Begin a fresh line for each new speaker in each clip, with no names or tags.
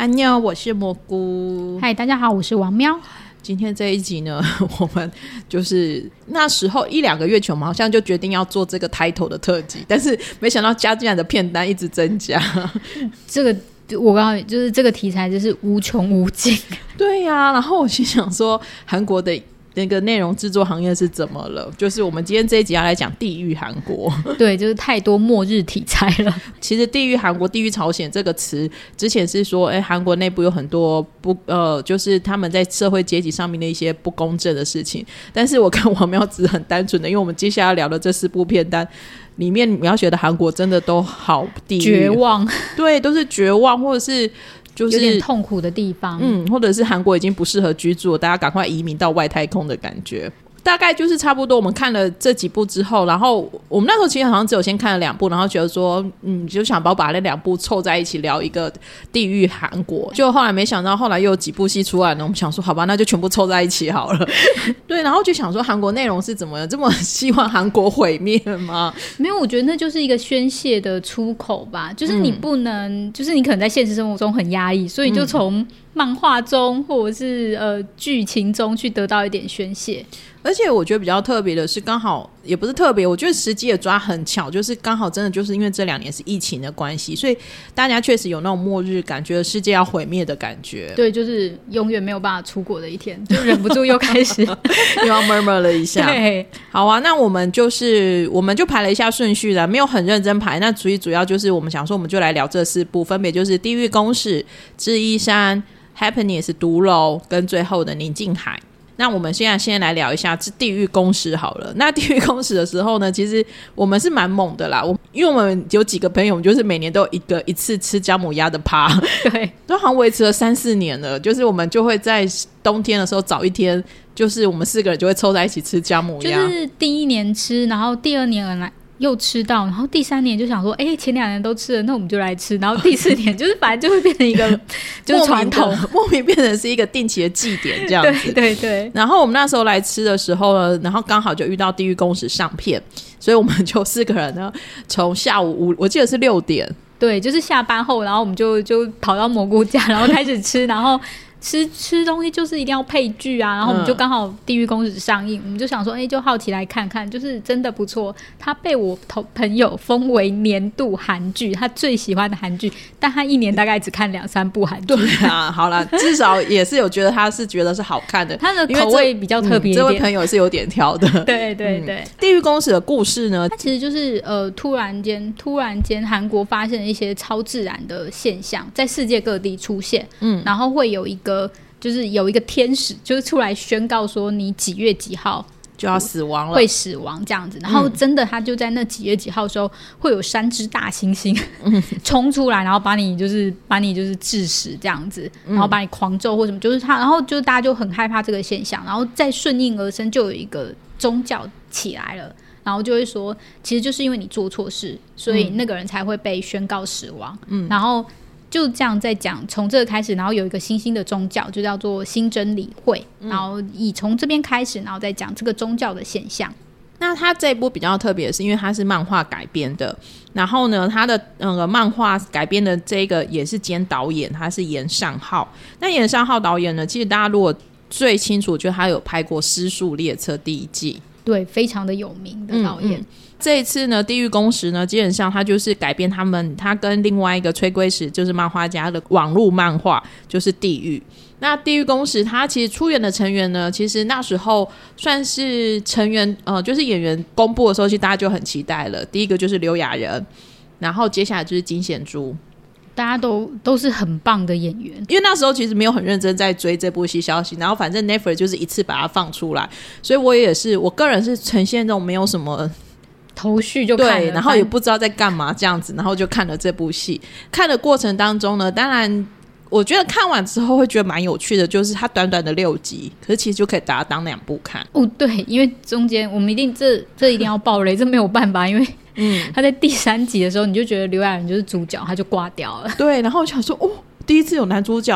安妞，我是蘑菇。
嗨，大家好，我是王喵。
今天这一集呢，我们就是那时候1-2个月前，我们好像就决定要做这个 title 的特辑，但是没想到加进来的片单一直增加。
这个我刚刚就是这个题材就是无穷无尽。
对呀，然后我心想说，韩国的那个内容制作行业是怎么了？就是我们今天这一集要来讲地狱韩国。
对，就是太多末日题材了。
其实地狱韩国、地狱朝鲜这个词之前是说韩国内部有很多就是他们在社会阶级上面的一些不公正的事情，但是我跟王喵只很单纯的，因为我们接下来要聊的这4部片单里面描写的韩国真的都好地狱，
绝望。
对，都是绝望，或者是就是
有点痛苦的地方，
或者是韩国已经不适合居住了，大家赶快移民到外太空的感觉。大概就是差不多我们看了这几部之后，然后我们那时候其实好像只有先看了2部，然后觉得说就想把那2部凑在一起聊一个地狱韩国，就后来没想到后来又有几部戏出来了，我们想说好吧，那就全部凑在一起好了。对，然后就想说韩国内容是怎么这么希望韩国毁灭吗？
没有，我觉得那就是一个宣泄的出口吧，就是你不能就是你可能在现实生活中很压抑，所以就从漫画中或者是剧情中去得到一点宣泄。
而且我觉得比较特别的是，刚好也不是特别，我觉得时机也抓很巧，就是刚好真的就是因为这2年是疫情的关系，所以大家确实有那种末日感，觉得世界要毁灭的感觉。
对，就是永远没有办法出国的一天，就忍不住又开始
又要 murmur 了一下。
对，
好啊，那我们就排了一下顺序啦，没有很认真排。那主要就是我们想说，我们就来聊这4部，分别就是《地狱公使》、《智异山》、Happiness 毒楼跟最后的宁静海。那我们现在先来聊一下地狱公使好了。那地狱公使的时候呢，其实我们是蛮猛的啦，因为我们有几个朋友，我们就是每年都有一次吃姜母鸭的趴，
对，
都好像维持了3-4年了。就是我们就会在冬天的时候早一天，就是我们4个人就会凑在一起吃姜母鸭，
就是第1年吃，然后第2年又吃到，然后第3年就想说前2年都吃了，那我们就来吃，然后第4年就是反正就会变成一个就是传统，
莫名变成是一个定期的祭典这样子。
对对对。
然后我们那时候来吃的时候呢，然后刚好就遇到地狱公使上片，所以我们就4个人呢，从下午我记得是6点，
对，就是下班后，然后我们就跑到蘑菇家，然后开始吃，然后吃东西就是一定要配剧啊，然后我们就刚好地狱公使上映，我们就想说就好奇来看看，就是真的不错。他被我朋友封为年度韩剧，他最喜欢的韩剧，但他1年大概只看2-3部韩剧。
对啊，好啦，至少也是有觉得他是觉得是好看的，
他的口味比较特别一点。
这位朋友是有点挑的。
对对对。
地狱公使的故事呢，
它其实就是突然间韩国发现了一些超自然的现象，在世界各地出现，然后会有一个天使，就是出来宣告说你几月几号
就要死亡了，
会死亡这样子。然后真的他就在那几月几号的时候，会有3只大猩猩冲出来，然后把你就是致死这样子，然后把你狂揍或什么，就是他，然后就大家就很害怕这个现象，然后再顺应而生就有一个宗教起来了，然后就会说其实就是因为你做错事，所以那个人才会被宣告死亡。然后就这样在讲，从这个开始，然后有一个新兴的宗教，就叫做新真理会，然后以从这边开始，然后再讲这个宗教的现象。
那他这一部比较特别的是，因为它是漫画改编的，然后呢，他的漫画改编的这个也是兼导演，他是严尚浩。那严尚浩导演呢，其实大家如果最清楚，就他有拍过《失速列车》第1季，
对，非常的有名的导演。
这一次呢，地狱公使呢，基本上他就是改编他跟另外一个崔圭史，就是漫画家的网络漫画，就是地狱。那地狱公使他其实出演的成员呢，其实那时候算是成员就是演员公布的时候，其实大家就很期待了。第一个就是刘亚仁，然后接下来就是金贤珠，
大家都是很棒的演员。
因为那时候其实没有很认真在追这部戏消息，然后反正 Netflix 就是一次把它放出来，所以我个人是呈现这种没有什么
头绪就看了，
对，然后也不知道在干嘛这样子，然后就看了这部戏。看的过程当中呢，当然我觉得看完之后会觉得蛮有趣的，就是它短短的6集，可是其实就可以把它当2部看。
对，因为中间我们一定这一定要爆雷，这没有办法，因为他在第3集的时候，你就觉得刘亚仁就是主角，他就挂掉了。
对，然后我想说第一次有男主角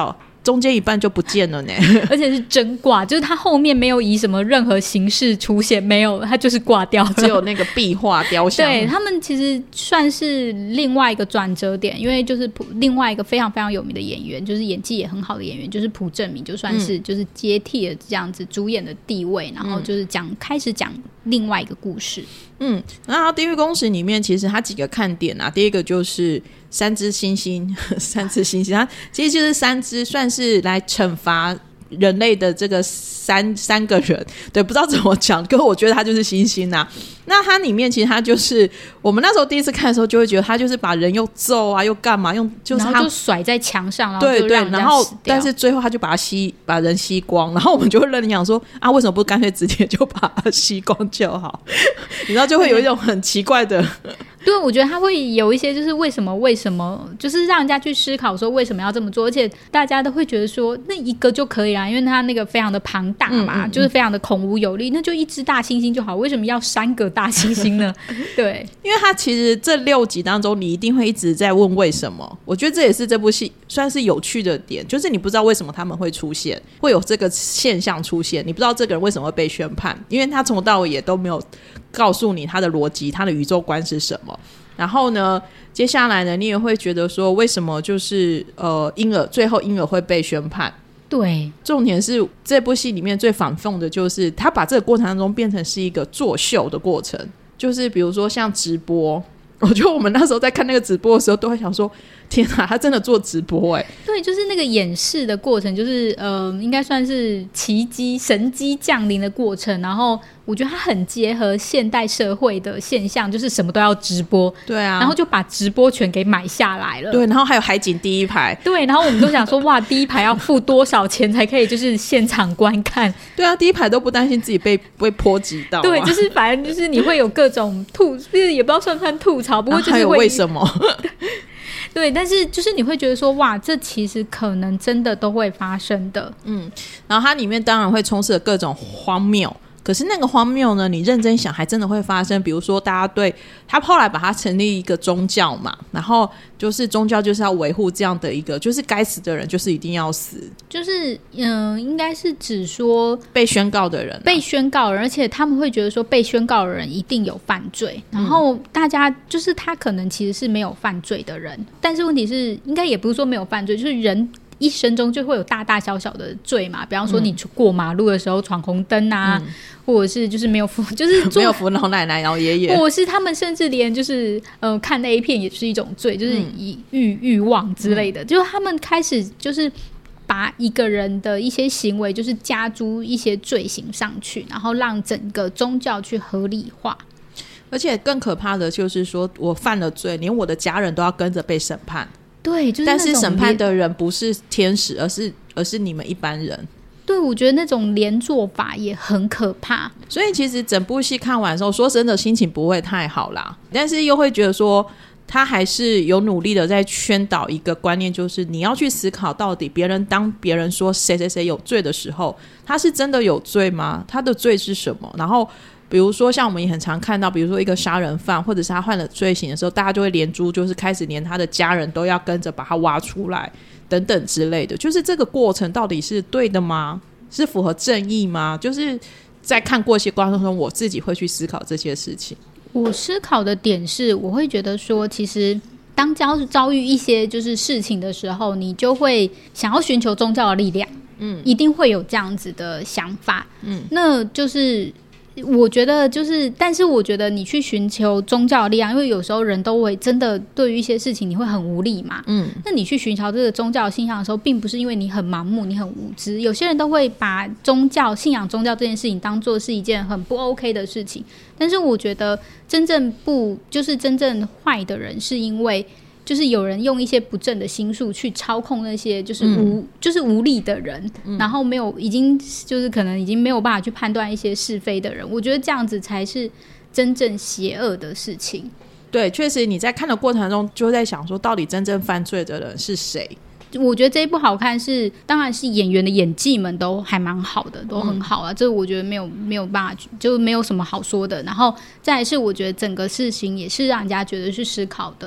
中间一半就不见了呢。
而且是真挂，就是他后面没有以什么任何形式出现，没有，他就是挂掉了，
只有那个壁画雕像。
对，他们其实算是另外一个转折点，因为就是另外一个非常非常有名的演员，就是演技也很好的演员，就是朴正明，就算是就是接替了这样子主演的地位，然后就是开始讲另外一个故事。
然后地狱公使里面其实它几个看点啊，第一个就是三只猩猩三只猩猩，它其实就是三只算是来惩罚人类的这个三个人，对，不知道怎么讲，可是我觉得他就是猩猩啊。那它里面其实它就是我们那时候第一次看的时候就会觉得他就是把人又揍啊又干嘛，就是
然后就甩在墙上，然后就让人家死掉。
然后但是最后他就把人吸光，然后我们就会认真讲说啊，为什么不干脆直接就把它吸光就好？你知道就会有一种很奇怪的
对，我觉得他会有一些就是为什么就是让人家去思考说为什么要这么做，而且大家都会觉得说那一个就可以啦，因为他那个非常的庞大嘛，就是非常的孔武有力，那就一只大猩猩就好，为什么要3个大猩猩呢？对，
因为他其实这6集当中你一定会一直在问为什么，我觉得这也是这部戏算是有趣的点，就是你不知道为什么他们会出现，会有这个现象出现，你不知道这个人为什么会被宣判，因为他从头到尾也都没有告诉你他的逻辑，他的宇宙观是什么。然后呢接下来呢你也会觉得说为什么就是最后婴儿会被宣判。
对，
重点是这部戏里面最反讽的就是他把这个过程当中变成是一个作秀的过程，就是比如说像直播，我觉得我们那时候在看那个直播的时候都会想说天哪，他真的做直播耶。
对，就是那个演示的过程，就是应该算是神机降临的过程，然后我觉得它很结合现代社会的现象，就是什么都要直播。
对啊，
然后就把直播权给买下来了。
对，然后还有海景第一排。
对，然后我们都想说哇，第一排要付多少钱才可以就是现场观看？
对啊，第一排都不担心自己被波及到。
对，就是反正就是你会有各种也不知道算不算吐槽，不过就是
还有为什么
对，但是就是你会觉得说哇，这其实可能真的都会发生的。
然后它里面当然会充斥了各种荒谬，可是那个荒谬呢你认真想还真的会发生。比如说大家对他后来把它成立一个宗教嘛，然后就是宗教就是要维护这样的一个就是该死的人就是一定要死，
就是应该是指说
被宣告的人
被宣告人，而且他们会觉得说被宣告的人一定有犯罪，然后大家就是他可能其实是没有犯罪的人，但是问题是应该也不是说没有犯罪，就是人一生中就会有大大小小的罪嘛，比方说你过马路的时候闯红灯啊，或者是就是没有扶，就是没
有扶老奶奶老爷爷，
或者是他们甚至连就是看 A 片也是一种罪，就是以欲望之类的，就是他们开始就是把一个人的一些行为就是加诸一些罪行上去，然后让整个宗教去合理化。
而且更可怕的就是说我犯了罪，连我的家人都要跟着被审判。
对，就是
但是审判的人不是天使，而是你们一般人。
对，我觉得那种连坐法也很可怕。
所以其实整部戏看完的时候，说真的心情不会太好啦，但是又会觉得说他还是有努力的在宣导一个观念，就是你要去思考到底当别人说谁谁谁有罪的时候，他是真的有罪吗？他的罪是什么？然后比如说像我们也很常看到，比如说一个杀人犯或者是他犯了罪行的时候，大家就会连珠就是开始连他的家人都要跟着把他挖出来等等之类的，就是这个过程到底是对的吗？是符合正义吗？就是在看过一些过程中我自己会去思考这些事情。
我思考的点是我会觉得说其实当遭遇一些就是事情的时候，你就会想要寻求宗教的力量，一定会有这样子的想法，那就是我觉得就是但是我觉得你去寻求宗教的力量，因为有时候人都会真的对于一些事情你会很无力嘛，那你去寻求这个宗教的信仰的时候，并不是因为你很盲目你很无知，有些人都会把信仰宗教这件事情当作是一件很不 OK 的事情，但是我觉得真正坏的人是因为就是有人用一些不正的心术去操控那些就是无力的人，然后已经就是可能已经没有办法去判断一些是非的人，我觉得这样子才是真正邪恶的事情。
对，确实你在看的过程中就在想说到底真正犯罪的人是谁。
我觉得这一部好看是当然是演员的演技们都还蛮好的，都很好啊，这我觉得没有办法，就没有什么好说的。然后再来是我觉得整个事情也是让人家觉得是思考的。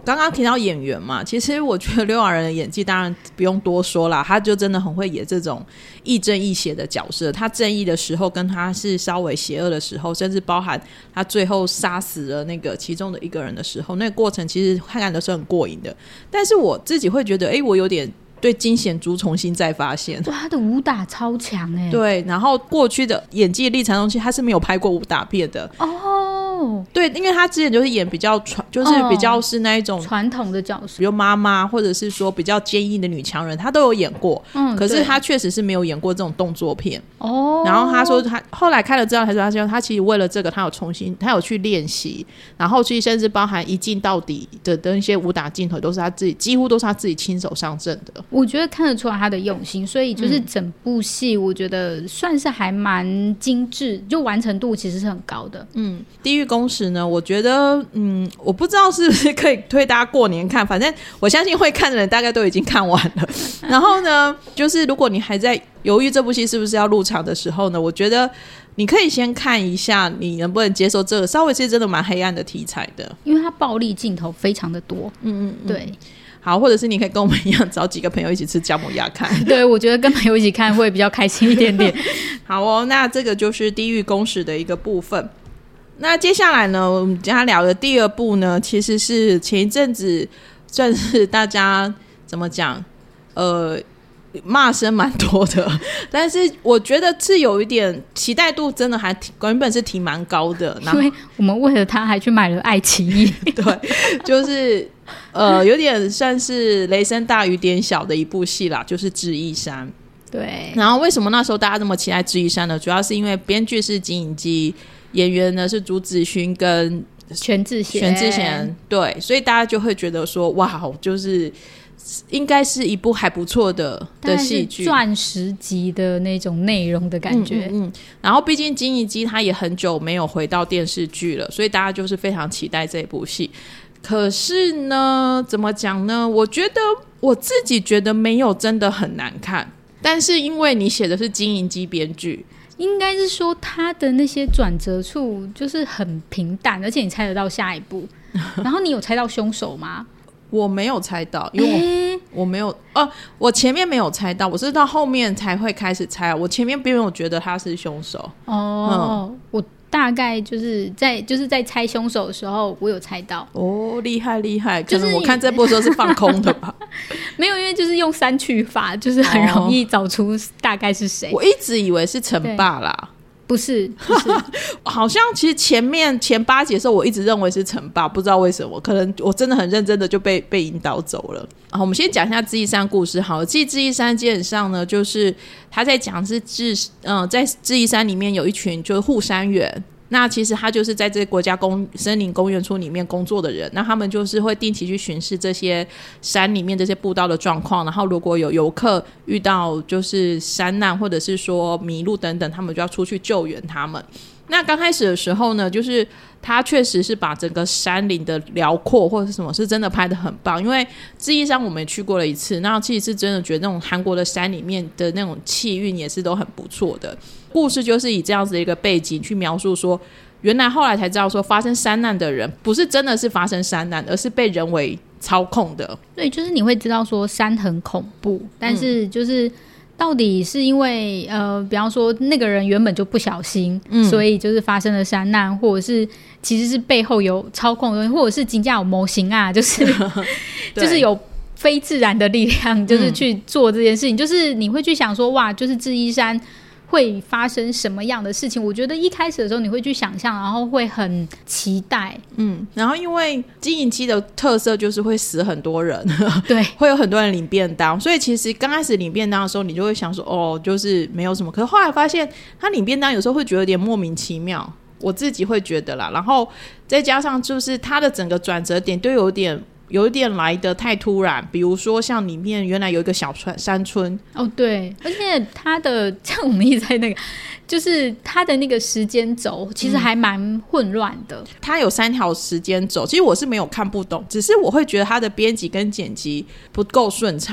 刚刚提到演员嘛，其实我觉得刘亚仁的演技当然不用多说啦，他就真的很会演这种亦正亦邪的角色，他正义的时候跟他是稍微邪恶的时候，甚至包含他最后杀死了那个其中的一个人的时候，那个过程其实看的是很过瘾的。但是我自己会觉得我有点对金贤珠重新再发现。
哇，他的武打超强欸。
对，然后过去的演技历程中其实他是没有拍过武打片的
哦。
对，因为他之前就是演比较就是比较是那一种
传统的角色，
比如妈妈或者是说比较坚毅的女强人他都有演过，可是他确实是没有演过这种动作片哦。然后他说他后来看了之后才说他其实为了这个他有去练习，然后去甚至包含一镜到底的那些武打镜头都是他自己几乎都是他自己亲手上阵的。
我觉得看得出来他的用心，所以就是整部戏我觉得算是还蛮精致，就完成度其实是很高的。
地狱公使呢，我觉得我不知道是不是可以推大家过年看，反正我相信会看的人大概都已经看完了。然后呢，就是如果你还在犹豫这部戏是不是要入场的时候呢，我觉得你可以先看一下你能不能接受这个稍微是真的蛮黑暗的题材的，
因为它暴力镜头非常的多。对。
好，或者是你可以跟我们一样找几个朋友一起吃姜母鸭看。
对，我觉得跟朋友一起看会比较开心一点点。
好哦，那这个就是地狱公使的一个部分。那接下来呢，我们今天聊的第二部呢，其实是前一阵子算是大家怎么讲骂声蛮多的，但是我觉得是有一点期待度真的还原本是挺蛮高的，
因为我们为了他还去买了爱奇艺。
对，就是有点算是雷声大雨点小的一部戏啦，就是《智异山》。
对，
然后为什么那时候大家这么期待《智异山》呢？主要是因为编剧是金颖基，演员呢是朱子勋跟
全智贤，
对，所以大家就会觉得说哇，就是应该是一部还不错的戏剧，
钻石级的那种内容的感觉。
然后毕竟金怡基他也很久没有回到电视剧了，所以大家就是非常期待这部戏。可是呢，怎么讲呢？我自己觉得没有真的很难看，但是因为你写的是金怡基编剧，
应该是说他的那些转折处就是很平淡，而且你猜得到下一步。然后你有猜到凶手吗？
我没有猜到，因为我没有我前面没有猜到，我是到后面才会开始猜，我前面并没有觉得他是凶手。
我大概就是在猜凶手的时候我有猜到。
厉害厉害，可能我看这部的时候是放空的吧。
没有，因为就是用删去法，就是很容易找出大概是谁。
我一直以为是陈爸啦，
不是
好像其实前8集的时候我一直认为是陈爸，不知道为什么，可能我真的很认真的就被引导走了。好，我们先讲一下智异山故事好了。智异山基本上呢，就是他在讲是在智异山里面有一群就是护山员，那其实他就是在这个国家森林公园处里面工作的人，那他们就是会定期去巡视这些山里面这些步道的状况，然后如果有游客遇到就是山难或者是说迷路等等，他们就要出去救援他们。那刚开始的时候呢，就是他确实是把整个山林的辽阔或者是什么是真的拍得很棒，因为智异山我们也去过了一次，那其实是真的觉得那种韩国的山里面的那种气韵也是都很不错的。故事就是以这样子的一个背景去描述说，原来后来才知道说发生山难的人不是真的是发生山难，而是被人为操控的。
对，就是你会知道说山很恐怖，但是就是到底是因为比方说那个人原本就不小心，所以就是发生了山难，或者是其实是背后有操控的东西，或者是真的有模型啊，就是就是有非自然的力量就是去做这件事情，就是你会去想说哇，就是智异山会发生什么样的事情。我觉得一开始的时候你会去想象，然后会很期待。
然后因为金银期的特色就是会死很多人，
对，
会有很多人领便当，所以其实刚开始领便当的时候你就会想说就是没有什么，可是后来发现他领便当有时候会觉得有点莫名其妙，我自己会觉得啦，然后再加上就是他的整个转折点都有一点来得太突然，比如说像里面原来有一个小山村
对，而且他的像我们一直在那个就是他的那个时间轴其实还蛮混乱的，
他有3条时间轴，其实我是没有看不懂，只是我会觉得他的编辑跟剪辑不够顺畅。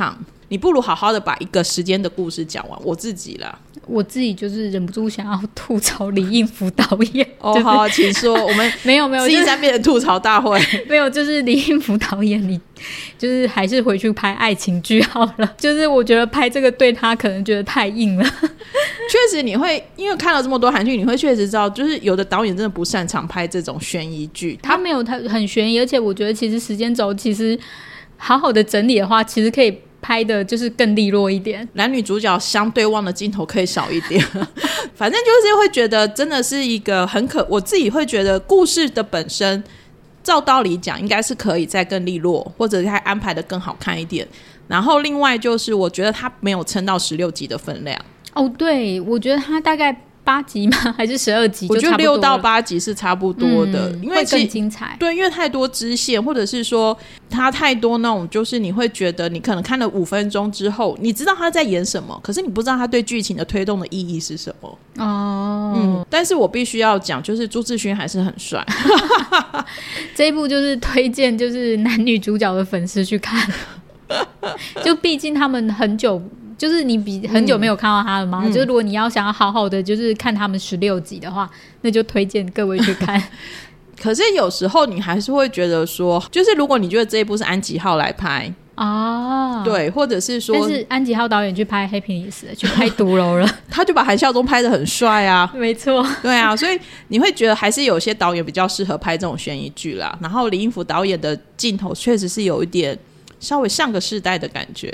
你不如好好的把一个时间的故事讲完。我自己啦，
我自己就是忍不住想要吐槽李应福导演。
哦，好，请说。我们
没有
13变成吐槽大会。
没有，就是李应福导演，你就是还是回去拍爱情剧好了。就是我觉得拍这个对他可能觉得太硬了。
确实，你会因为看了这么多韩剧，你会确实知道，就是有的导演真的不擅长拍这种悬疑剧。
他没有，他很悬疑，而且我觉得其实时间轴其实好好的整理的话，其实可以拍的就是更利落一点，
男女主角相对望的镜头可以少一点。反正就是会觉得真的是一个我自己会觉得故事的本身照道理讲应该是可以再更利落，或者再安排的更好看一点。然后另外就是我觉得他没有撑到16集的分量。
哦，对，我觉得他大概8集吗？还是12集就差不多了？
我觉得6到8集是差不多的，因为
会更精彩。
对，因为太多支线，或者是说它太多那种，就是你会觉得你可能看了5分钟之后，你知道他在演什么，可是你不知道他对剧情的推动的意义是什么。哦，但是我必须要讲，就是朱智勋还是很帅。
这一部就是推荐，就是男女主角的粉丝去看。就毕竟他们很久，就是你很久没有看到他了嘛，就是如果你要想要好好的就是看他们16集的话，那就推荐各位去看。
可是有时候你还是会觉得说，就是如果你觉得这一部是安吉浩来拍啊，对，或者是说，
但是安吉浩导演去拍《Happiness》去拍《毒楼》了，
他就把韩孝忠拍得很帅啊，
没错，
对啊，所以你会觉得还是有些导演比较适合拍这种悬疑剧啦。然后李应福导演的镜头确实是有一点稍微上个世代的感觉。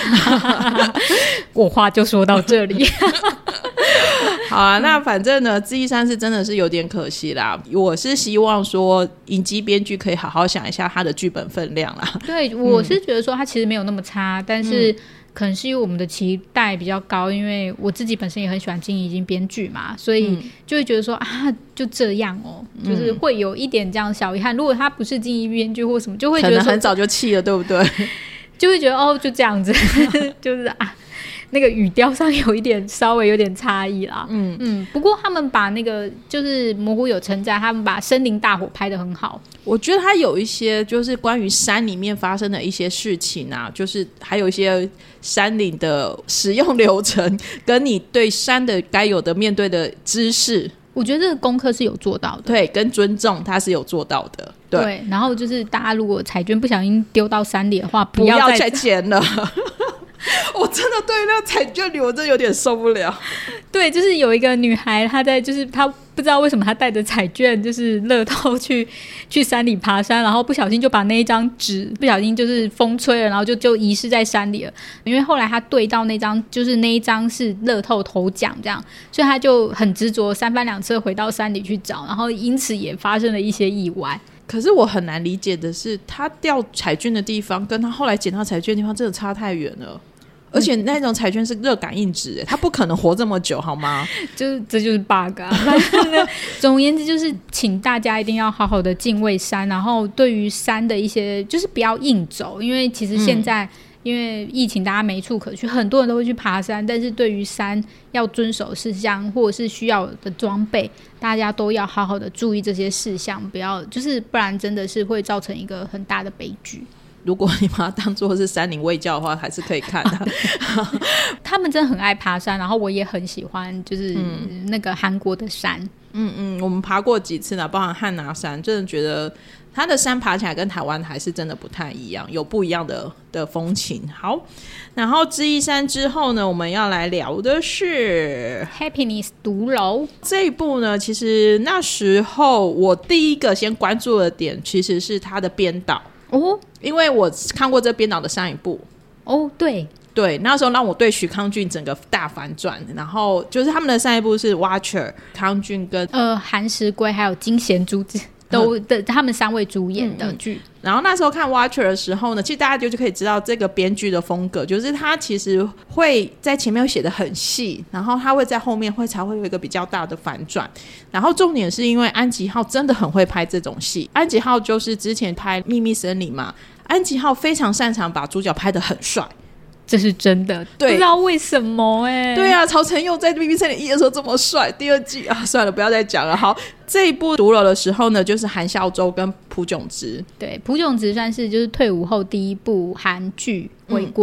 我话就说到这里。
好啊，那反正呢，智异山是真的是有点可惜啦。我是希望说影集编剧可以好好想一下他的剧本分量啦。
对，我是觉得说他其实没有那么差，但是可能是因为我们的期待比较高，因为我自己本身也很喜欢金怡编剧嘛，所以就会觉得说啊，就这样哦，就是会有一点这样小遗憾。如果他不是金怡编剧或什么，就会觉得
可能很早就弃了，对不对？
就会觉得哦，就这样子，就是啊。那个语调上稍微有点差异啦。不过他们把那个就是蘑菇有称赞，他们把森林大火拍得很好。
我觉得他有一些就是关于山里面发生的一些事情啊，就是还有一些山林的使用流程，跟你对山的该有的面对的知识，
我觉得这个功课是有做到的。
对，跟尊重他是有做到的。
对，然后就是大家如果彩券不小心丢到山里的话，
不要再捡了。我真的对那个彩券里我真的有点受不了。
对，就是有一个女孩，她在就是她不知道为什么她带着彩券就是乐透去山里爬山，然后不小心就把那一张纸不小心就是风吹了，然后就遗失在山里了。因为后来她对到那张就是那一张是乐透头奖这样，所以她就很执着3番2次回到山里去找，然后因此也发生了一些意外。
可是我很难理解的是，他掉彩券的地方跟他后来捡到彩券的地方真的差太远了。而且那种彩券是热感应纸，它不可能活这么久好吗？这
就是 bug 啊。总而言之就是请大家一定要好好的敬畏山，然后对于山的一些就是不要硬走，因为其实现在因为疫情大家没处可去，很多人都会去爬山，但是对于山要遵守事项或者是需要的装备，大家都要好好的注意这些事项，不要就是不然真的是会造成一个很大的悲剧。
如果你把它当作是山林卫教的话，还是可以看的。
他们真的很爱爬山，然后我也很喜欢，就是那个韩国的山。
我们爬过几次呢，包含汉拿山，真的觉得它的山爬起来跟台湾还是真的不太一样，有不一样的风情。好，然后智异山之后呢，我们要来聊的是
Happiness 毒楼
这一部呢。其实那时候我第一个先关注的点其实是它的编导。因为我看过这编导的上一部。对，那时候让我对许康俊整个大反转。然后就是他们的上一部是 Watcher， 康俊跟
韩石圭还有金贤珠他们3位主演的剧。
然后那时候看 Watcher 的时候呢，其实大家就可以知道这个编剧的风格，就是他其实会在前面写得很细，然后他会在后面才会有一个比较大的反转。然后重点是因为安吉浩真的很会拍这种戏，安吉浩就是之前拍秘密森林嘛，安吉浩非常擅长把主角拍得很帅，
这是真的，不知道为什么
对啊，曹承佑在《秘密森林1》的时候这么帅，第2季啊，算了，不要再讲了。好，这一部毒楼的时候呢，就是韩孝周跟朴炯植。
对，朴炯植算是就是退伍后第一部韩剧回归。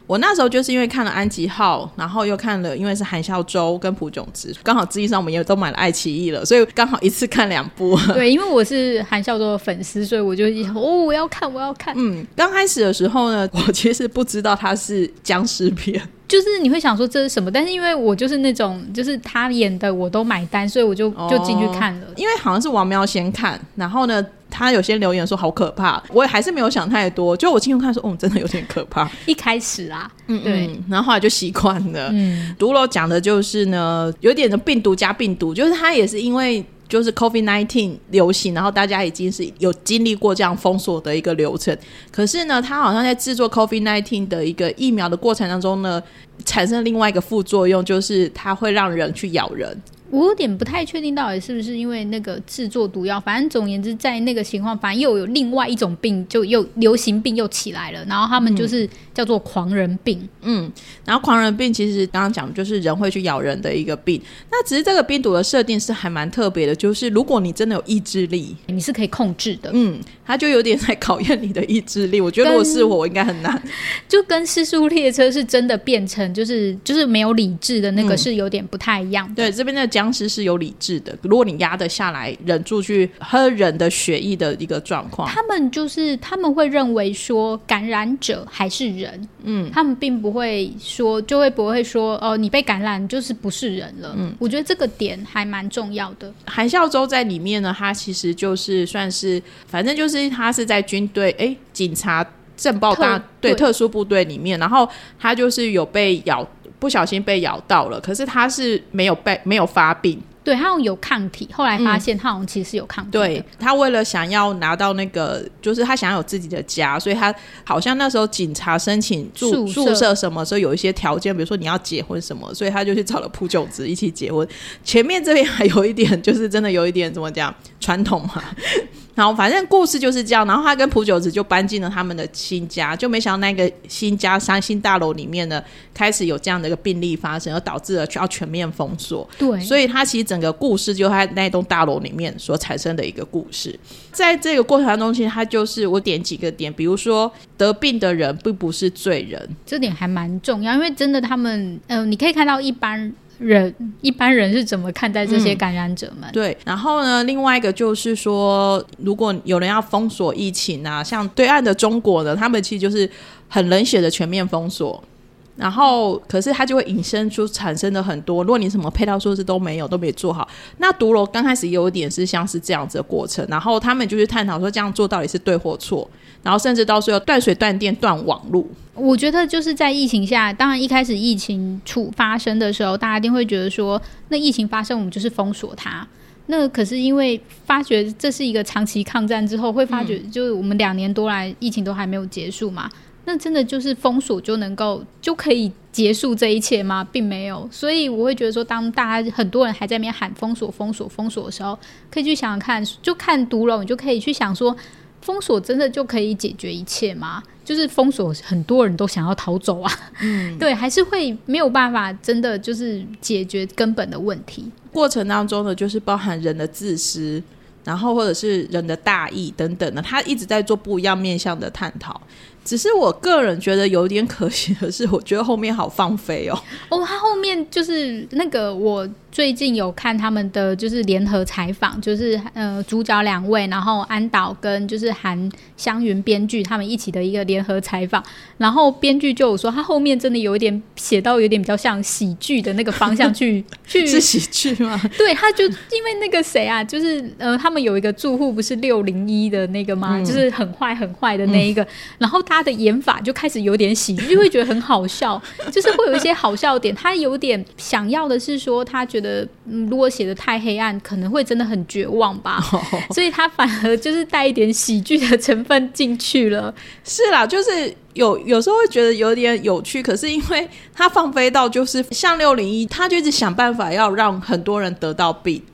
我那时候就是因为看了安吉浩，然后又看了因为是韩孝周跟朴炯植，刚好志毅上我们也都买了爱奇艺了，所以刚好一次看2部。
对，因为我是韩孝周的粉丝，所以我就我要看。
刚开始的时候呢，我其实不知道它是僵尸片，
就是你会想说这是什么，但是因为我就是那种就是他演的我都买单，所以我就进去看了。
因为好像是王喵先看，然后呢他有些留言说好可怕，我也还是没有想太多，就我进去看说真的有点可怕。
一开始啦，对，
然后后来就习惯了。毒楼讲的就是呢，有点的病毒加病毒，就是他也是因为就是 COVID-19 流行，然后大家已经是有经历过这样封锁的一个流程，可是呢他好像在制作 COVID-19 的一个疫苗的过程当中呢，产生另外一个副作用，就是它会让人去咬人。
我有点不太确定到底是不是因为那个制作毒药，反正总而言之在那个情况，反正又有另外一种病，就又流行病又起来了，然后他们就是叫做狂人病。
然后狂人病其实刚刚讲就是人会去咬人的一个病，那只是这个病毒的设定是还蛮特别的，就是如果你真的有意志力，
你是可以控制的。
它就有点在考验你的意志力，我觉得如果是我应该很难。
就跟失速列车是真的变成就是没有理智的那个是有点不太一样的。
对，这边的僵尸是有理智的，如果你压得下来忍住去喝人的血液的一个状况，
他们会认为说感染者还是人，他们并不会说不会说你被感染就是不是人了。我觉得这个点还蛮重要的。
韩孝周在里面呢，他其实就是算是反正就是他是在军队警察政报特殊部队里面，然后他就是有不小心被咬到了，可是他是没有发病。
对，他有抗体，后来发现他好像其实有抗体的。
对，他为了想要拿到那个就是他想要有自己的家，所以他好像那时候警察申请宿舍什么时候有一些条件，比如说你要结婚什么，所以他就去找了朴炯植一起结婚。前面这边还有一点就是真的有一点怎么讲传统嘛，然后反正故事就是这样，然后他跟朴炯植就搬进了他们的新家，就没想到那个新家新大楼里面呢开始有这样的一个病例发生，而导致了要全面封锁。
对，
所以他其实整个故事就在那栋大楼里面所产生的一个故事。在这个过程当中，其实他就是我点几个点，比如说得病的人并不是罪人，
这点还蛮重要，因为真的他们你可以看到一般人是怎么看待这些感染者们。
对，然后呢另外一个就是说如果有人要封锁疫情啊，像对岸的中国呢，他们其实就是很冷血的全面封锁，然后可是它就会引申出产生的很多，如果你什么配套措施都没做好，那毒楼刚开始也有一点是像是这样子的过程，然后他们就去探讨说这样做到底是对或错，然后甚至到最后断水断电断网路。
我觉得就是在疫情下，当然一开始疫情发生的时候，大家一定会觉得说那疫情发生我们就是封锁它，那可是因为发觉这是一个长期抗战之后，会发觉就是我们2年多来疫情都还没有结束嘛，那真的就是封锁就可以结束这一切吗？并没有。所以我会觉得说当大家很多人还在那边喊封锁的时候，可以去想想看，就看毒楼你就可以去想说封锁真的就可以解决一切吗？就是封锁很多人都想要逃走啊，对，还是会没有办法真的就是解决根本的问题。
过程当中呢就是包含人的自私，然后或者是人的大义等等的，他一直在做不一样面向的探讨。只是我个人觉得有点可惜的是，我觉得后面好放飞哦。
他后面就是那个我最近有看他们的就是联合采访，就是主角2位，然后安导跟就是韩湘云编剧他们一起的一个联合采访，然后编剧就有说他后面真的有一点写到有点比较像喜剧的那个方向去
是喜剧吗？
对，他就因为那个谁啊，就是他们有一个住户不是601的那个吗？就是很坏的那一个，然后他的演法就开始有点喜剧，就会觉得很好笑，就是会有一些好笑点。他有点想要的是说，他觉得如果写得太黑暗，可能会真的很绝望吧，所以他反而就是带一点喜剧的成分进去了。
是啦，就是有时候会觉得有点有趣，可是因为他放飞到就是像601，他就一直想办法要让很多人得到病，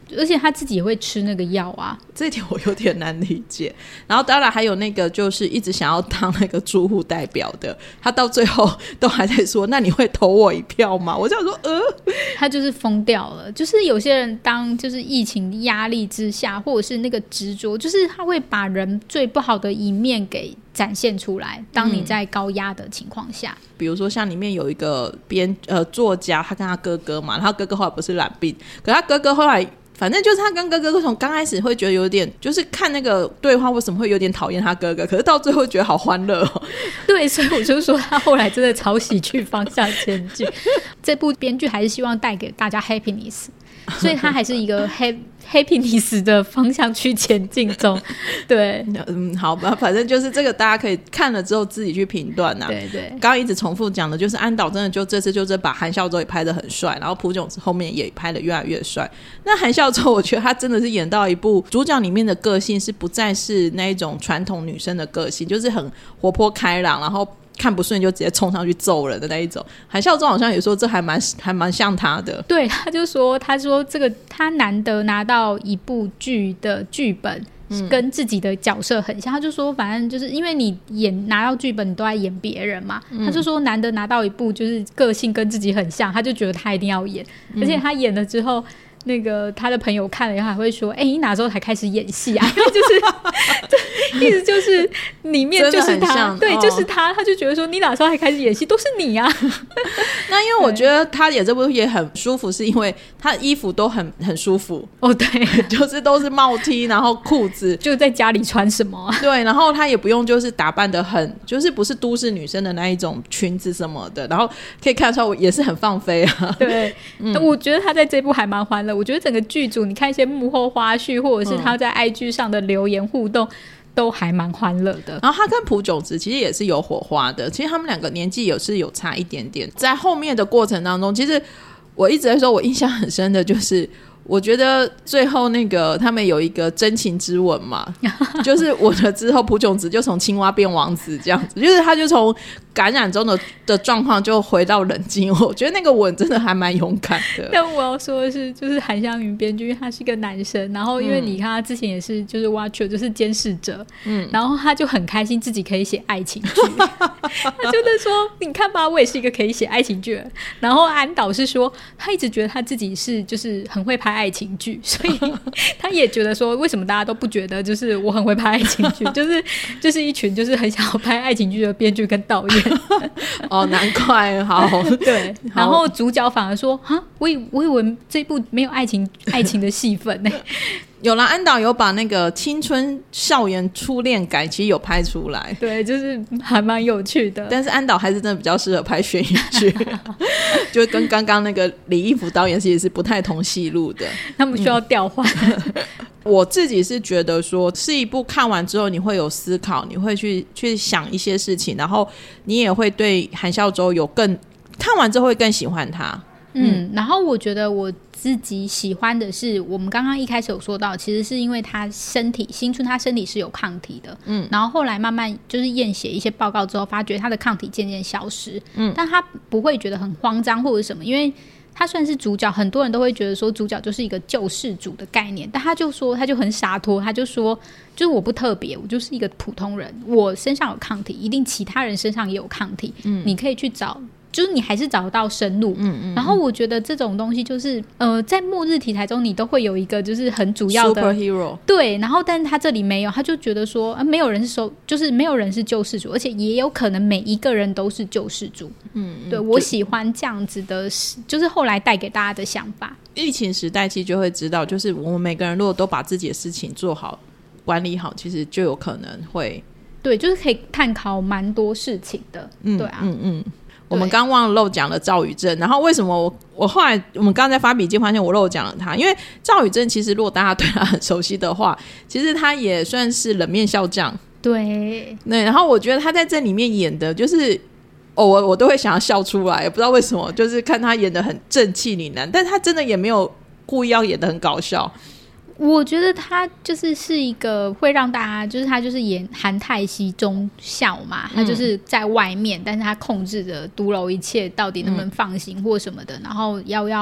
而且他自己也会吃那个药啊，
这一点我有点难理解。然后当然还有那个就是一直想要当那个住户代表的，他到最后都还在说那你会投我一票吗？我想说
他就是疯掉了。就是有些人当就是疫情压力之下，或者是那个执着，就是他会把人最不好的一面给展现出来，当你在高压的情况下，
比如说像里面有一个作家，他跟他哥哥嘛，然后哥哥后来不是染病，可他哥哥后来反正就是他跟哥哥从刚开始会觉得有点，就是看那个对话为什么会有点讨厌他哥哥，可是到最后觉得好欢乐哦。
对，所以我就说他后来真的朝喜剧方向前进。这部编剧还是希望带给大家 happiness， 所以他还是一个 happiness 的方向去前进中。对，
好吧，反正就是这个大家可以看了之后自己去评断啊。
对对，
刚刚一直重复讲的就是安导真的就这次就是把韩孝周也拍得很帅，然后朴炯植后面也拍得越来越帅。那韩孝周我觉得他真的是演到一部主角里面的个性是不再是那一种传统女生的个性，就是很活泼开朗，然后看不顺就直接冲上去揍人的那一种。韩孝周好像也说这还蛮像他的。对，
他说这个他难得拿到一部剧的剧本跟自己的角色很像，他就说反正就是因为你拿到剧本你都在演别人嘛，他就说难得拿到一部就是个性跟自己很像，他就觉得他一定要演，而且他演了之后那个他的朋友看了以后还会说你哪时候才开始演戏啊？因为就是意思就是里面就是他，对，就是他就觉得说你哪时候还开始演戏，都是你啊。
那因为我觉得他演这部也很舒服，是因为他衣服都很舒服
哦，对，
就是都是帽 T 然后裤子，
就在家里穿什么啊？
对，然后他也不用就是打扮得很就是不是都市女生的那一种裙子什么的，然后可以看得出来也是很放飞啊。
对，我觉得他在这部还蛮欢乐。我觉得整个剧组你看一些幕后花絮或者是他在 IG 上的留言互动都还蛮欢乐的。
然后他跟朴炯植其实也是有火花的，其实他们两个年纪也是有差一点点。在后面的过程当中，其实我一直在说我印象很深的就是我觉得最后那个他们有一个真情之吻嘛，就是吻了之后朴炯植就从青蛙变王子这样子，就是他就从感染中的状况就回到冷静。我觉得那个吻真的还蛮勇敢的。
但我要说的是就是韩湘云编剧因为他是一个男生，然后因为你看他之前也是就是 Watcher 就是监视者，然后他就很开心自己可以写爱情剧。他就是说你看吧，我也是一个可以写爱情剧的。然后安导是说他一直觉得他自己是就是很会拍爱情剧，所以他也觉得说为什么大家都不觉得就是我很会拍爱情剧，就是一群就是很想要拍爱情剧的编剧跟导演。
哦，难怪。好，
对，然后主角反而说我以为这部没有爱情的戏份呢。
有啦，安导有把那个青春校园初恋感其实有拍出来，
对，就是还蛮有趣的。
但是安导还是真的比较适合拍悬疑剧，就跟刚刚那个李义府导演其实是不太同戏路的，
他们需要调换。
我自己是觉得说是一部看完之后你会有思考，你会去想一些事情，然后你也会对韩孝周有看完之后会更喜欢他。
然后我觉得我自己喜欢的是我们刚刚一开始有说到其实是因为他新春他身体是有抗体的，然后后来慢慢就是验血一些报告之后发觉他的抗体渐渐消失，但他不会觉得很慌张或者什么，因为他算是主角，很多人都会觉得说主角就是一个救世主的概念，但他就很洒脱，他就说就是我不特别，我就是一个普通人，我身上有抗体一定其他人身上也有抗体，你可以去找，就是你还是找得到生路。然后我觉得这种东西就是在末日题材中你都会有一个就是很主要的
superhero，
对，然后但是他这里没有，他就觉得说没有人是就是没有人是救世主，而且也有可能每一个人都是救世主。对，我喜欢这样子的，就是后来带给大家的想法。
疫情时代其实就会知道，就是我们每个人如果都把自己的事情做好管理好，其实就有可能会
对，就是可以探讨蛮多事情的。对啊，
我们刚忘了漏讲了赵宇正，然后为什么我后来我们刚才发笔记发现我漏讲了他，因为赵宇正其实如果大家对他很熟悉的话，其实他也算是冷面笑匠。
对，
然后我觉得他在这里面演的就是我都会想要笑出来，也不知道为什么，就是看他演的很正气凛然，但他真的也没有故意要演的很搞笑。
我觉得他是一个会让大家就是他就是演韩泰熙忠孝嘛，他就是在外面，但是他控制着毒楼一切到底能不能放行或什么的，然后要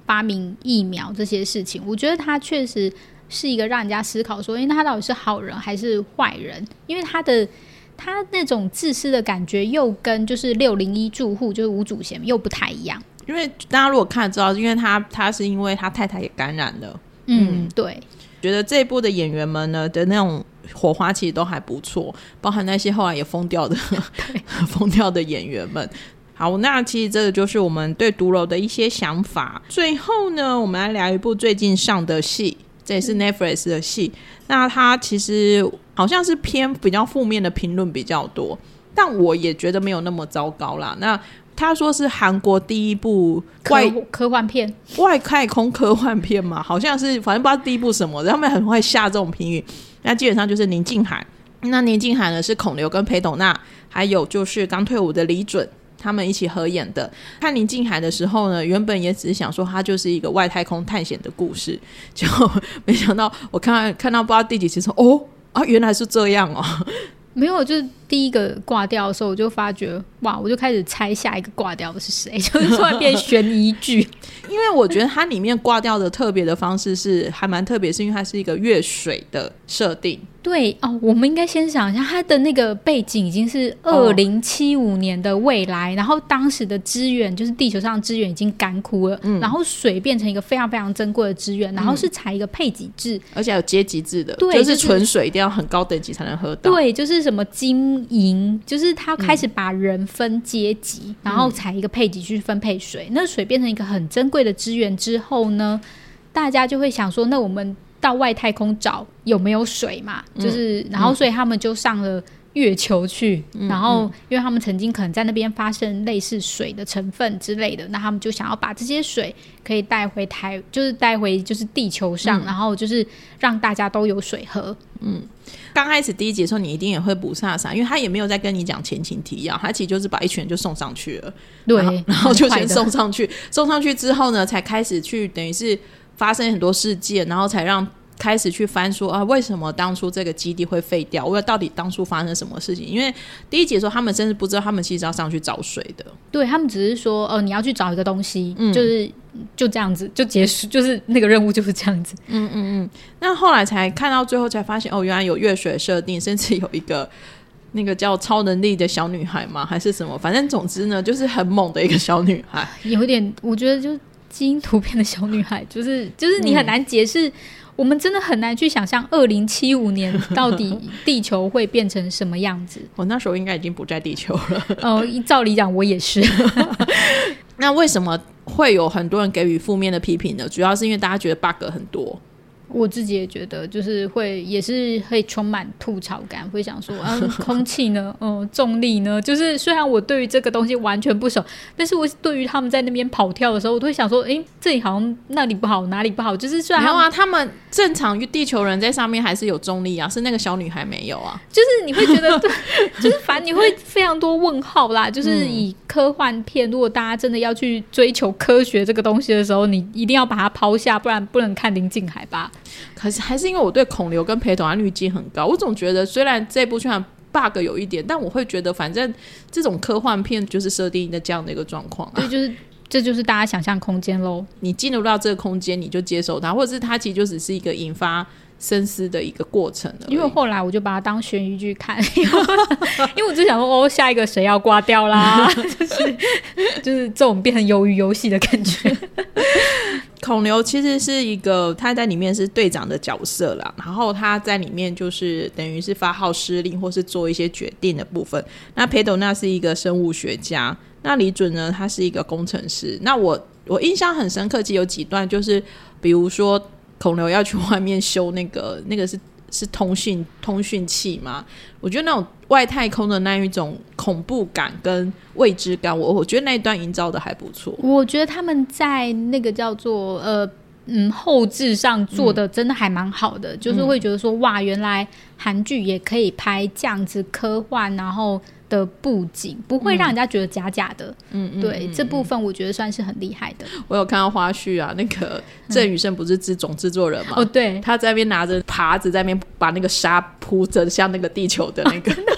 发明疫苗这些事情，我觉得他确实是一个让人家思考说，因为他到底是好人还是坏人，因为他那种自私的感觉又跟就是601住户就是吴祖贤又不太一样。
因为大家如果看得知道，因为他是因为他太太也感染了。
对，
觉得这一部的演员们呢的那种火花其实都还不错，包含那些后来也疯掉的演员们。好，那其实这个就是我们对毒瘤的一些想法。最后呢，我们来聊一部最近上的戏，这也是 Netflix 的戏。那它其实好像是偏比较负面的评论比较多，但我也觉得没有那么糟糕啦。那他说是韩国第一部
科幻片，
外太空科幻片嘛，好像是，反正不知道第一部什么，他们很会下这种评语。那基本上就是宁静海，那宁静海呢是孔刘跟裴斗娜，还有就是刚退伍的李准，他们一起合演的。看宁静海的时候呢，原本也只是想说它就是一个外太空探险的故事，结果没想到我看到不知道第几集说原来是这样哦。
没有，就是第一个挂掉的时候，我就发觉哇，我就开始猜下一个挂掉的是谁，就是突然变悬疑剧。
因为我觉得它里面挂掉的特别的方式是还蛮特别，是因为它是一个越水的设定。
对哦，我们应该先想一下，它的那个背景已经是2075年的未来，然后当时的资源就是地球上的资源已经干枯了，然后水变成一个非常非常珍贵的资源，然后是采一个配给制，
而且还有阶级制的，
对，
就是纯水一定要很高等级才能喝到。
对，就是什么金银，就是他开始把人分阶级，然后采一个配给去分配水。那水变成一个很珍贵的资源之后呢，大家就会想说，那我们到外太空找有没有水嘛，就是然后所以他们就上了月球去，然后因为他们曾经可能在那边发生类似水的成分之类的，那他们就想要把这些水可以带回就是地球上，然后就是让大家都有水喝。
刚开始第一集的时候你一定也会不飒飒，因为他也没有在跟你讲前情提要，他其实就是把一群人就送上去了。
对，
然后就先送上去之后呢，才开始去等于是发生很多事件，然后才让开始去翻说为什么当初这个基地会废掉，为了到底当初发生什么事情。因为第一集的时候他们甚至不知道他们其实要上去找水的，
对，他们只是说你要去找一个东西，就这样子就结束，就是那个任务就是这样子。
那后来才看到最后才发现原来有越水设定，甚至有一个那个叫超能力的小女孩吗还是什么，反正总之呢就是很猛的一个小女孩，
有点我觉得就是基因突变的小女孩，就是你很难解释，我们真的很难去想象2075年到底地球会变成什么样子。
我那时候应该已经不在地球了。
照理讲我也是。
那为什么会有很多人给予负面的批评呢？主要是因为大家觉得 bug 很多。
我自己也觉得就是也是会充满吐槽感，会想说空气呢重力呢，就是虽然我对于这个东西完全不熟，但是我对于他们在那边跑跳的时候我都会想说这里好像那里不好哪里不好，就是虽然
没有啊，他们正常地球人在上面还是有重力啊，是那个小女孩没有啊，
就是你会觉得就是反正你会非常多问号啦。就是以科幻片如果大家真的要去追求科学这个东西的时候，你一定要把它抛下，不然不能看宁静海吧。
可是还是因为我对孔刘跟裴斗安滤镜很高，我总觉得虽然这部虽然 bug 有一点，但我会觉得反正这种科幻片就是设定的这样的一个状况
对，这就是大家想象空间咯，你
进入到这个空间你就接受它，或者是它其实就只是一个引发深思的一个过程而已。
因为后来我就把它当悬疑剧看，因为我就想说下一个谁要挂掉啦，就是这种变成鱿鱼游戏的感觉。
孔刘其实是一个他在里面是队长的角色啦，然后他在里面就是等于是发号施令或是做一些决定的部分。那裴斗娜是一个生物学家，那李准呢他是一个工程师。那我印象很深刻，其实有几段就是比如说孔刘要去外面修那个是通讯器嘛，我觉得那种外太空的那一种恐怖感跟未知感，我觉得那一段营造的还不错。
我觉得他们在那个叫做后制上做的真的还蛮好的，就是会觉得说哇，原来韩剧也可以拍这样子科幻然后的布景，不会让人家觉得假假的。对，这部分我觉得算是很厉害的。
我有看到花絮啊，那个郑宇盛不是总制作人嘛？
对，
他在那边拿着耙子在那边把那个沙铺着像那个地球的那个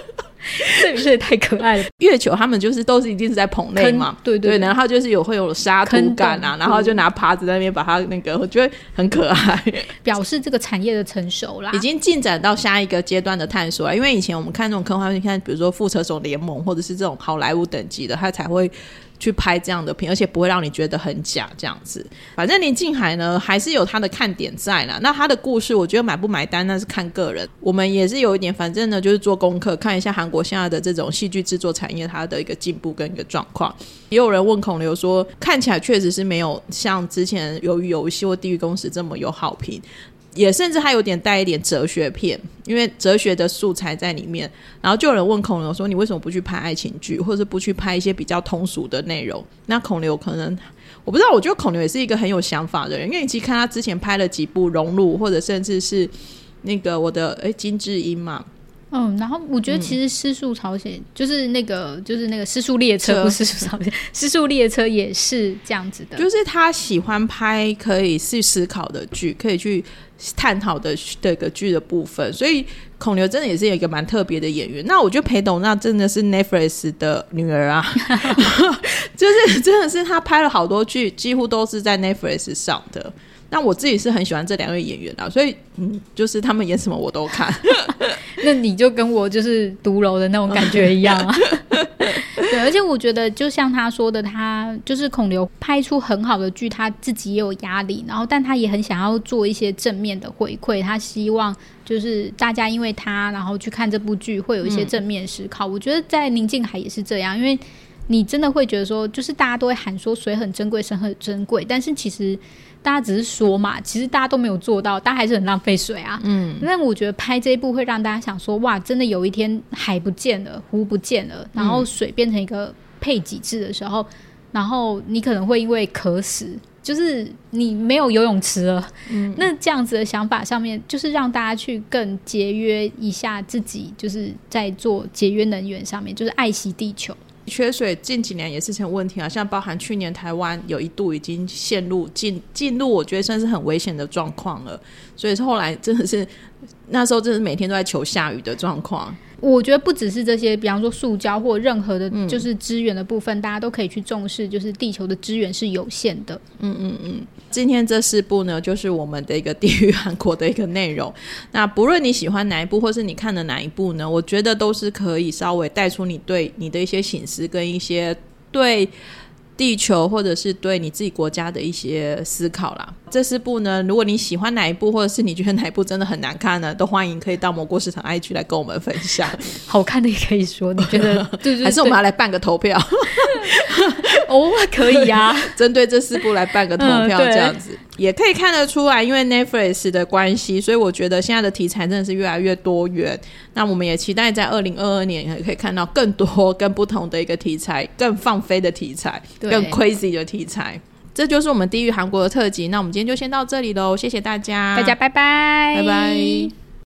这女生也太可爱了。
月球他们就是都是一定是在棚内嘛，对，然后就是会有沙土感啊，然后就拿耙子在那边把它那个，我觉得很可爱，
表示这个产业的成熟啦，
已经进展到下一个阶段的探索了。因为以前我们看这种科幻片，看比如说复仇者联盟或者是这种好莱坞等级的，它才会去拍这样的片，而且不会让你觉得很假这样子。反正林靖海呢还是有他的看点在啦，那他的故事我觉得买不买单那是看个人，我们也是有一点反正呢就是做功课，看一下韩国现在的这种戏剧制作产业它的一个进步跟一个状况。也有人问孔刘说，看起来确实是没有像之前鱿鱼游戏或地狱公使这么有好评，也甚至还有点带一点哲学片，因为哲学的素材在里面。然后就有人问孔刘说，你为什么不去拍爱情剧，或者不去拍一些比较通俗的内容？那孔刘可能我不知道，我觉得孔刘也是一个很有想法的人，因为你其实看他之前拍了几部熔炉，或者甚至是那个我的金智英嘛，
然后我觉得其实失速朝鲜、就是那个失速列车，不是失速朝鲜，失速列车也是这样子的，
就是他喜欢拍可以去思考的剧，可以去探讨的一个剧的部分，所以孔刘真的也是一个蛮特别的演员。那我觉得裴斗娜真的是 Netflix 的女儿啊就是真的是他拍了好多剧几乎都是在 Netflix 上的。那我自己是很喜欢这两位演员啊，所以就是他们演什么我都看
那你就跟我就是毒楼的那种感觉一样啊对，而且我觉得就像他说的，他就是孔刘拍出很好的剧，他自己也有压力，然后但他也很想要做一些正面的回馈，他希望就是大家因为他然后去看这部剧会有一些正面思考。我觉得在宁静海也是这样，因为你真的会觉得说，就是大家都会喊说水很珍贵，神很珍贵，但是其实大家只是说嘛，其实大家都没有做到，大家还是很浪费水啊。但我觉得拍这一部会让大家想说，哇，真的有一天海不见了，湖不见了，然后水变成一个配给制的时候，然后你可能会因为渴死，就是你没有游泳池了。那这样子的想法上面，就是让大家去更节约一下自己，就是在做节约能源上面，就是爱惜地球。
缺水近几年也是成问题啊，像包含去年台湾有一度已经陷入进入我觉得算是很危险的状况了，所以后来真的是那时候真的是每天都在求下雨的状况。
我觉得不只是这些，比方说塑胶或任何的就是资源的部分，大家都可以去重视，就是地球的资源是有限的。
今天这4部呢就是我们的一个地狱韩国的一个内容，那不论你喜欢哪一部或是你看的哪一部呢，我觉得都是可以稍微带出你对你的一些省思跟一些对地球或者是对你自己国家的一些思考啦。这4部呢，如果你喜欢哪一部或者是你觉得哪一部真的很难看呢，都欢迎可以到蘑菇市场 IG 来跟我们分享
好看的也可以说你觉得对
还是我们要来办个投票
可以啊
针对这4部来办个投票这样子也可以看得出来，因为 Netflix 的关系，所以我觉得现在的题材真的是越来越多元。那我们也期待在2022年也可以看到更多更不同的一个题材，更放飞的题材，更 crazy 的题材。这就是我们地狱韩国的特辑，那我们今天就先到这里咯，谢谢大家，
大家拜拜，
拜拜。